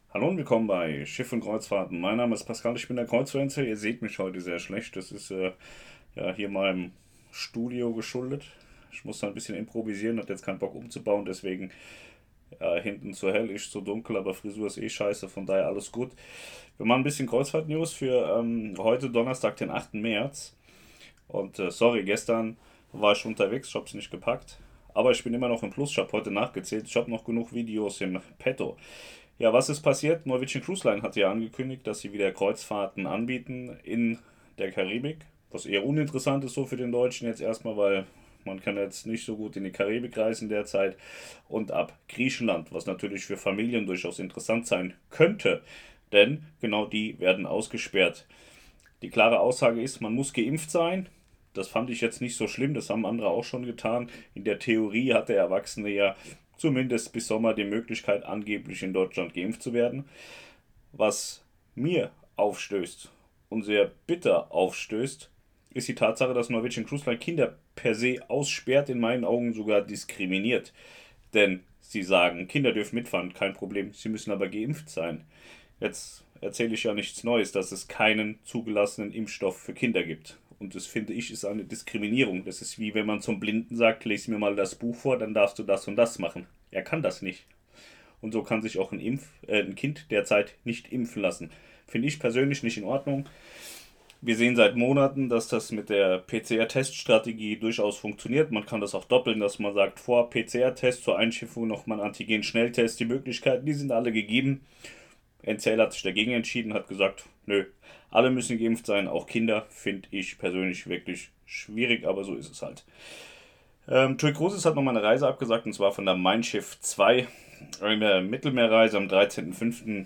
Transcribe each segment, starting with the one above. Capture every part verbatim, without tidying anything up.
Hallo und willkommen bei Schiff und Kreuzfahrten. Mein Name ist Pascal, ich bin der Kreuzfluencer. Ihr seht mich heute sehr schlecht. Das ist äh, ja hier meinem Studio geschuldet. Ich muss da ein bisschen improvisieren, hat jetzt keinen Bock umzubauen, deswegen ja, hinten zu hell, ich zu dunkel, aber Frisur ist eh scheiße, von daher alles gut. Wir machen ein bisschen Kreuzfahrt-News für ähm, heute Donnerstag, den achten März. Und äh, sorry, gestern war ich unterwegs, ich hab's nicht gepackt. Aber ich bin immer noch im Plus, ich habe heute nachgezählt, ich habe noch genug Videos im Petto. Ja, was ist passiert? Norwegian Cruise Line hat ja angekündigt, dass sie wieder Kreuzfahrten anbieten in der Karibik. Was eher uninteressant ist so für den Deutschen jetzt erstmal, weil man kann jetzt nicht so gut in die Karibik reisen derzeit. Und ab Griechenland, was natürlich für Familien durchaus interessant sein könnte. Denn genau die werden ausgesperrt. Die klare Aussage ist, man muss geimpft sein. Das fand ich jetzt nicht so schlimm, das haben andere auch schon getan. In der Theorie hat der Erwachsene ja zumindest bis Sommer die Möglichkeit, angeblich in Deutschland geimpft zu werden. Was mir aufstößt und sehr bitter aufstößt, ist die Tatsache, dass Norwegian Cruise Line Kinder per se aussperrt, in meinen Augen sogar diskriminiert. Denn sie sagen, Kinder dürfen mitfahren, kein Problem, sie müssen aber geimpft sein. Jetzt erzähle ich ja nichts Neues, dass es keinen zugelassenen Impfstoff für Kinder gibt. Und das finde ich ist eine Diskriminierung. Das ist wie wenn man zum Blinden sagt, lese mir mal das Buch vor, dann darfst du das und das machen. Er kann das nicht. Und so kann sich auch ein, Impf, äh, ein Kind derzeit nicht impfen lassen. Finde ich persönlich nicht in Ordnung. Wir sehen seit Monaten, dass das mit der P C R-Teststrategie durchaus funktioniert. Man kann das auch doppeln, dass man sagt, vor P C R-Test zur Einschiffung nochmal ein Antigen-Schnelltest. Die Möglichkeiten, die sind alle gegeben. N C L hat sich dagegen entschieden, hat gesagt, nö, alle müssen geimpft sein, auch Kinder, finde ich persönlich wirklich schwierig, aber so ist es halt. Ähm, Tui Cruises hat nochmal eine Reise abgesagt, und zwar von der Mein Schiff zwei, eine Mittelmeerreise am dreizehnten fünften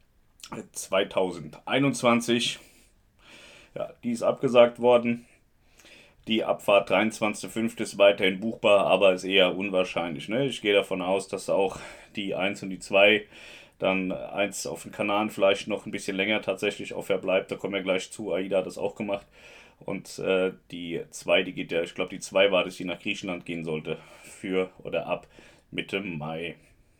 zweitausendeinundzwanzig. Ja, die ist abgesagt worden. Die Abfahrt dreiundzwanzigster fünfter ist weiterhin buchbar, aber ist eher unwahrscheinlich. Ne? Ich gehe davon aus, dass auch die eins und die zwei dann eins auf den Kanaren vielleicht noch ein bisschen länger tatsächlich auch verbleibt. Da kommen wir gleich zu. AIDA hat das auch gemacht. Und äh, die zwei, die geht ja, ich glaube, die zwei war, dass die nach Griechenland gehen sollte. Für oder ab Mitte Mai.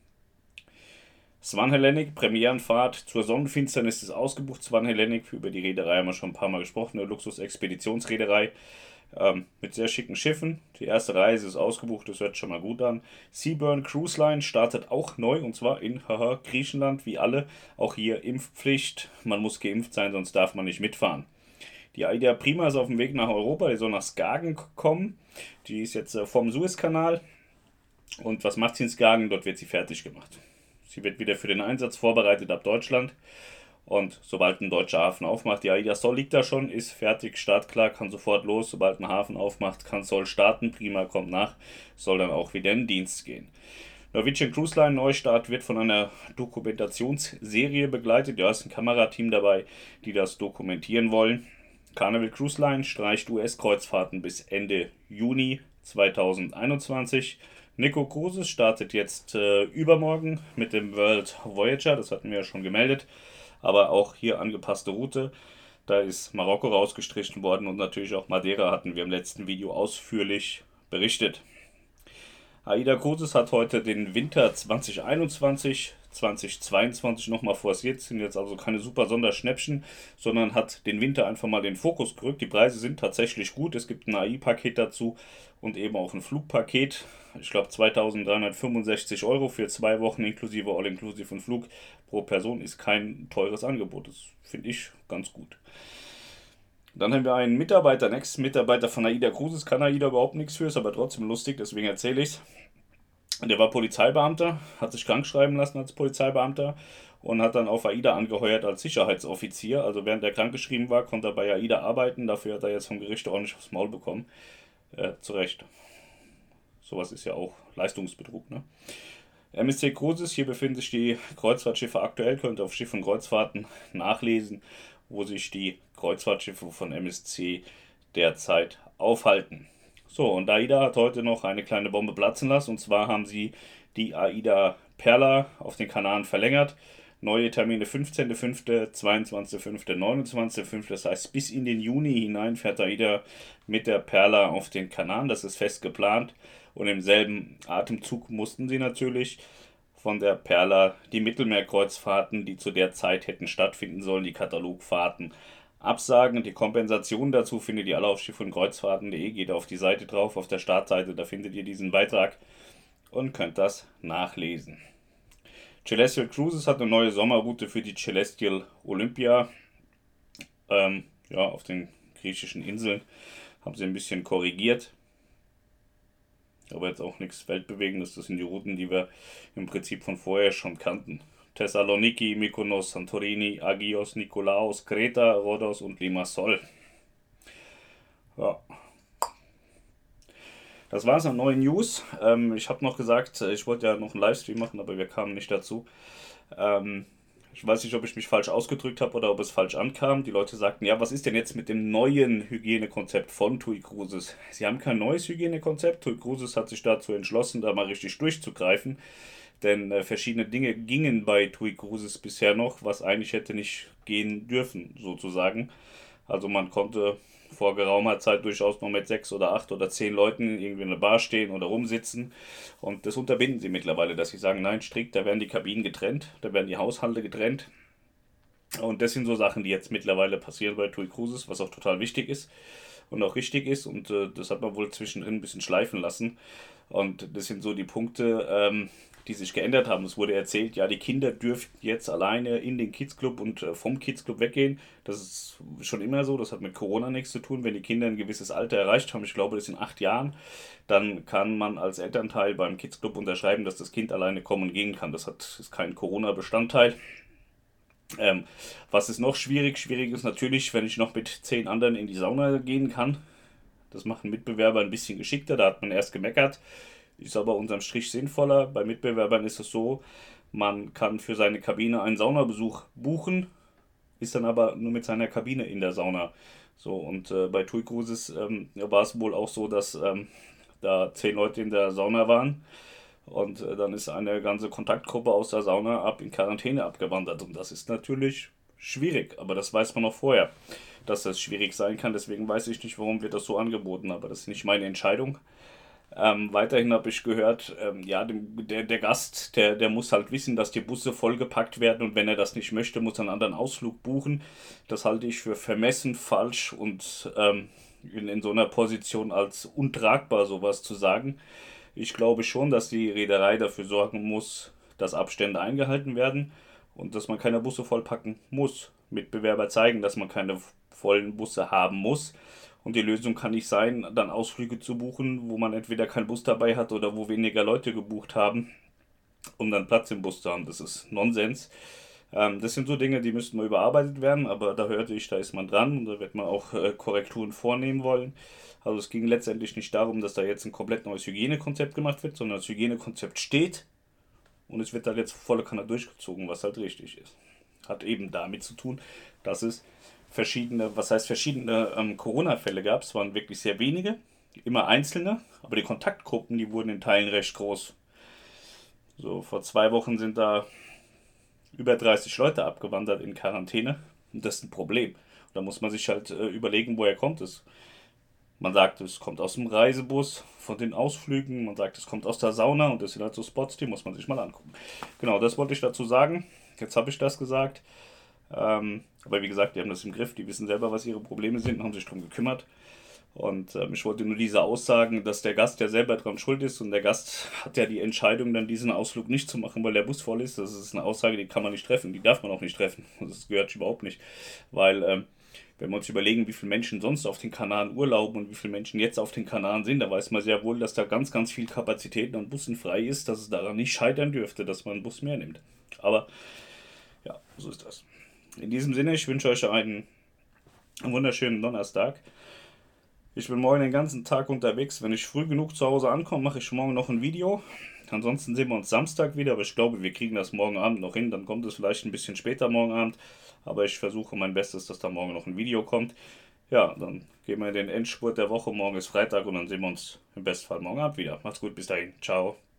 Swan Hellenic, Premierenfahrt zur Sonnenfinsternis ist ausgebucht. Swan Hellenic, über die Reederei haben wir schon ein paar Mal gesprochen, eine Luxus-Expeditionsreederei ähm, mit sehr schicken Schiffen. Die erste Reise ist ausgebucht, das hört schon mal gut an. Seaburn Cruise Line startet auch neu, und zwar in haha, Griechenland, wie alle. Auch hier Impfpflicht, man muss geimpft sein, sonst darf man nicht mitfahren. Die Aida Prima ist auf dem Weg nach Europa, die soll nach Skagen kommen. Die ist jetzt äh, vom Suezkanal. Und was macht sie in Skagen? Dort wird sie fertig gemacht. Sie wird wieder für den Einsatz vorbereitet ab Deutschland. Und sobald ein deutscher Hafen aufmacht, die AIDA Sol liegt da schon, ist fertig, startklar, kann sofort los. Sobald ein Hafen aufmacht, kann Sol starten. Prima kommt nach, soll dann auch wieder in Dienst gehen. Norwegian Cruise Line Neustart wird von einer Dokumentationsserie begleitet. Da ist ein Kamerateam dabei, die das dokumentieren wollen. Carnival Cruise Line streicht U S-Kreuzfahrten bis Ende Juni zweitausendeinundzwanzig. Nico Cruises startet jetzt äh, übermorgen mit dem World Voyager, das hatten wir ja schon gemeldet, aber auch hier angepasste Route. Da ist Marokko rausgestrichen worden und natürlich auch Madeira hatten wir im letzten Video ausführlich berichtet. AIDA Cruises hat heute den Winter zweitausendeinundzwanzig, zweitausendzweiundzwanzig nochmal forciert, sind jetzt also keine super Sonderschnäppchen, sondern hat den Winter einfach mal den Fokus gerückt. Die Preise sind tatsächlich gut, es gibt ein A I-Paket dazu und eben auch ein Flugpaket. Ich glaube zweitausenddreihundertfünfundsechzig Euro für zwei Wochen inklusive All-Inclusive und Flug pro Person ist kein teures Angebot. Das finde ich ganz gut. Dann haben wir einen Mitarbeiter, einen Ex-Mitarbeiter von AIDA Cruises, kann AIDA überhaupt nichts für, ist aber trotzdem lustig, deswegen erzähle ich es. Der war Polizeibeamter, hat sich krank schreiben lassen als Polizeibeamter und hat dann auf AIDA angeheuert als Sicherheitsoffizier. Also während er krankgeschrieben war, konnte er bei AIDA arbeiten. Dafür hat er jetzt vom Gericht ordentlich aufs Maul bekommen. Äh, zu Recht. Sowas ist ja auch Leistungsbetrug, ne? M S C Cruises, hier befinden sich die Kreuzfahrtschiffe aktuell, könnt ihr auf Schiff und Kreuzfahrten nachlesen, wo sich die Kreuzfahrtschiffe von M S C derzeit aufhalten. So, und AIDA hat heute noch eine kleine Bombe platzen lassen, und zwar haben sie die AIDA Perla auf den Kanaren verlängert. Neue Termine fünfzehnter fünfter, zweiundzwanzigster fünfter, neunundzwanzigster fünfter, das heißt bis in den Juni hinein fährt AIDA mit der Perla auf den Kanaren, das ist fest geplant. Und im selben Atemzug mussten sie natürlich von der Perla die Mittelmeerkreuzfahrten, die zu der Zeit hätten stattfinden sollen, die Katalogfahrten, absagen. Die Kompensation dazu findet ihr alle auf schiff und kreuzfahrten punkt de. Geht auf die Seite drauf, auf der Startseite, da findet ihr diesen Beitrag und könnt das nachlesen. Celestial Cruises hat eine neue Sommerroute für die Celestial Olympia. Ähm, ja, auf den griechischen Inseln haben sie ein bisschen korrigiert. Aber jetzt auch nichts Weltbewegendes. Das sind die Routen, die wir im Prinzip von vorher schon kannten. Thessaloniki, Mykonos, Santorini, Agios, Nikolaos, Kreta, Rhodos und Limassol. Ja. Das war es an neuen News. Ähm, ich habe noch gesagt, ich wollte ja noch einen Livestream machen, aber wir kamen nicht dazu. Ähm, ich weiß nicht, ob ich mich falsch ausgedrückt habe oder ob es falsch ankam. Die Leute sagten, ja, was ist denn jetzt mit dem neuen Hygienekonzept von TUI Cruises? Sie haben kein neues Hygienekonzept. TUI Cruises hat sich dazu entschlossen, da mal richtig durchzugreifen. Denn äh, verschiedene Dinge gingen bei TUI Cruises bisher noch, was eigentlich hätte nicht gehen dürfen, sozusagen. Also man konnte vor geraumer Zeit durchaus noch mit sechs oder acht oder zehn Leuten irgendwie in der Bar stehen oder rumsitzen. Und das unterbinden sie mittlerweile, dass sie sagen, nein, strikt, da werden die Kabinen getrennt, da werden die Haushalte getrennt. Und das sind so Sachen, die jetzt mittlerweile passieren bei TUI Cruises, was auch total wichtig ist und auch richtig ist. Und äh, das hat man wohl zwischendrin ein bisschen schleifen lassen. Und das sind so die Punkte, ähm, die sich geändert haben. Es wurde erzählt, ja, die Kinder dürften jetzt alleine in den Kids Club und äh, vom Kids Club weggehen. Das ist schon immer so, das hat mit Corona nichts zu tun. Wenn die Kinder ein gewisses Alter erreicht haben, ich glaube, das sind acht Jahren, dann kann man als Elternteil beim Kids Club unterschreiben, dass das Kind alleine kommen und gehen kann. Das hat, ist kein Corona-Bestandteil. Ähm, was ist noch schwierig? Schwierig ist natürlich, wenn ich noch mit zehn anderen in die Sauna gehen kann. Das machen Mitbewerber ein bisschen geschickter, da hat man erst gemeckert. Ist aber unterm Strich sinnvoller. Bei Mitbewerbern ist es so, man kann für seine Kabine einen Saunabesuch buchen, ist dann aber nur mit seiner Kabine in der Sauna. So, und äh, bei TUI Cruises ähm, war es wohl auch so, dass ähm, da zehn Leute in der Sauna waren. Und äh, dann ist eine ganze Kontaktgruppe aus der Sauna ab in Quarantäne abgewandert. Und das ist natürlich schwierig, aber das weiß man noch vorher, dass das schwierig sein kann. Deswegen weiß ich nicht, warum wird das so angeboten, aber das ist nicht meine Entscheidung. Ähm, weiterhin habe ich gehört, ähm, ja, dem, der, der Gast, der, der muss halt wissen, dass die Busse vollgepackt werden und wenn er das nicht möchte, muss er einen anderen Ausflug buchen. Das halte ich für vermessen, falsch und ähm, in, in so einer Position als untragbar, sowas zu sagen. Ich glaube schon, dass die Reederei dafür sorgen muss, dass Abstände eingehalten werden und dass man keine Busse vollpacken muss. Mitbewerber zeigen, dass man keine vollen Busse haben muss. Und die Lösung kann nicht sein, dann Ausflüge zu buchen, wo man entweder keinen Bus dabei hat oder wo weniger Leute gebucht haben, um dann Platz im Bus zu haben. Das ist Nonsens. Ähm, das sind so Dinge, die müssten mal überarbeitet werden, aber da hörte ich, da ist man dran und da wird man auch äh, Korrekturen vornehmen wollen. Also es ging letztendlich nicht darum, dass da jetzt ein komplett neues Hygienekonzept gemacht wird, sondern das Hygienekonzept steht und es wird da jetzt volle Kanne durchgezogen, was halt richtig ist. Hat eben damit zu tun, dass es verschiedene, was heißt verschiedene ähm, Corona-Fälle gab. Es waren wirklich sehr wenige, immer einzelne, aber die Kontaktgruppen, die wurden in Teilen recht groß. So, vor zwei Wochen sind da über dreißig Leute abgewandert in Quarantäne und das ist ein Problem. Da muss man sich halt äh, überlegen, woher kommt es. Man sagt, es kommt aus dem Reisebus, von den Ausflügen, man sagt, es kommt aus der Sauna und das sind halt so Spots, die muss man sich mal angucken. Genau, das wollte ich dazu sagen. Jetzt habe ich das gesagt. Ähm, aber wie gesagt, die haben das im Griff, die wissen selber, was ihre Probleme sind und haben sich darum gekümmert. Und ähm, ich wollte nur diese Aussagen, dass der Gast ja selber dran schuld ist und der Gast hat ja die Entscheidung, dann diesen Ausflug nicht zu machen, weil der Bus voll ist. Das ist eine Aussage, die kann man nicht treffen, die darf man auch nicht treffen. Das gehört überhaupt nicht, weil ähm, wenn wir uns überlegen, wie viele Menschen sonst auf den Kanaren urlauben und wie viele Menschen jetzt auf den Kanaren sind, da weiß man sehr wohl, dass da ganz, ganz viel Kapazität an Bussen frei ist, dass es daran nicht scheitern dürfte, dass man einen Bus mehr nimmt. Aber ja, so ist das. In diesem Sinne, ich wünsche euch einen wunderschönen Donnerstag. Ich bin morgen den ganzen Tag unterwegs. Wenn ich früh genug zu Hause ankomme, mache ich morgen noch ein Video. Ansonsten sehen wir uns Samstag wieder, aber ich glaube, wir kriegen das morgen Abend noch hin. Dann kommt es vielleicht ein bisschen später morgen Abend. Aber ich versuche mein Bestes, dass da morgen noch ein Video kommt. Ja, dann gehen wir in den Endspurt der Woche. Morgen ist Freitag und dann sehen wir uns im Bestfall morgen Abend wieder. Macht's gut, bis dahin. Ciao.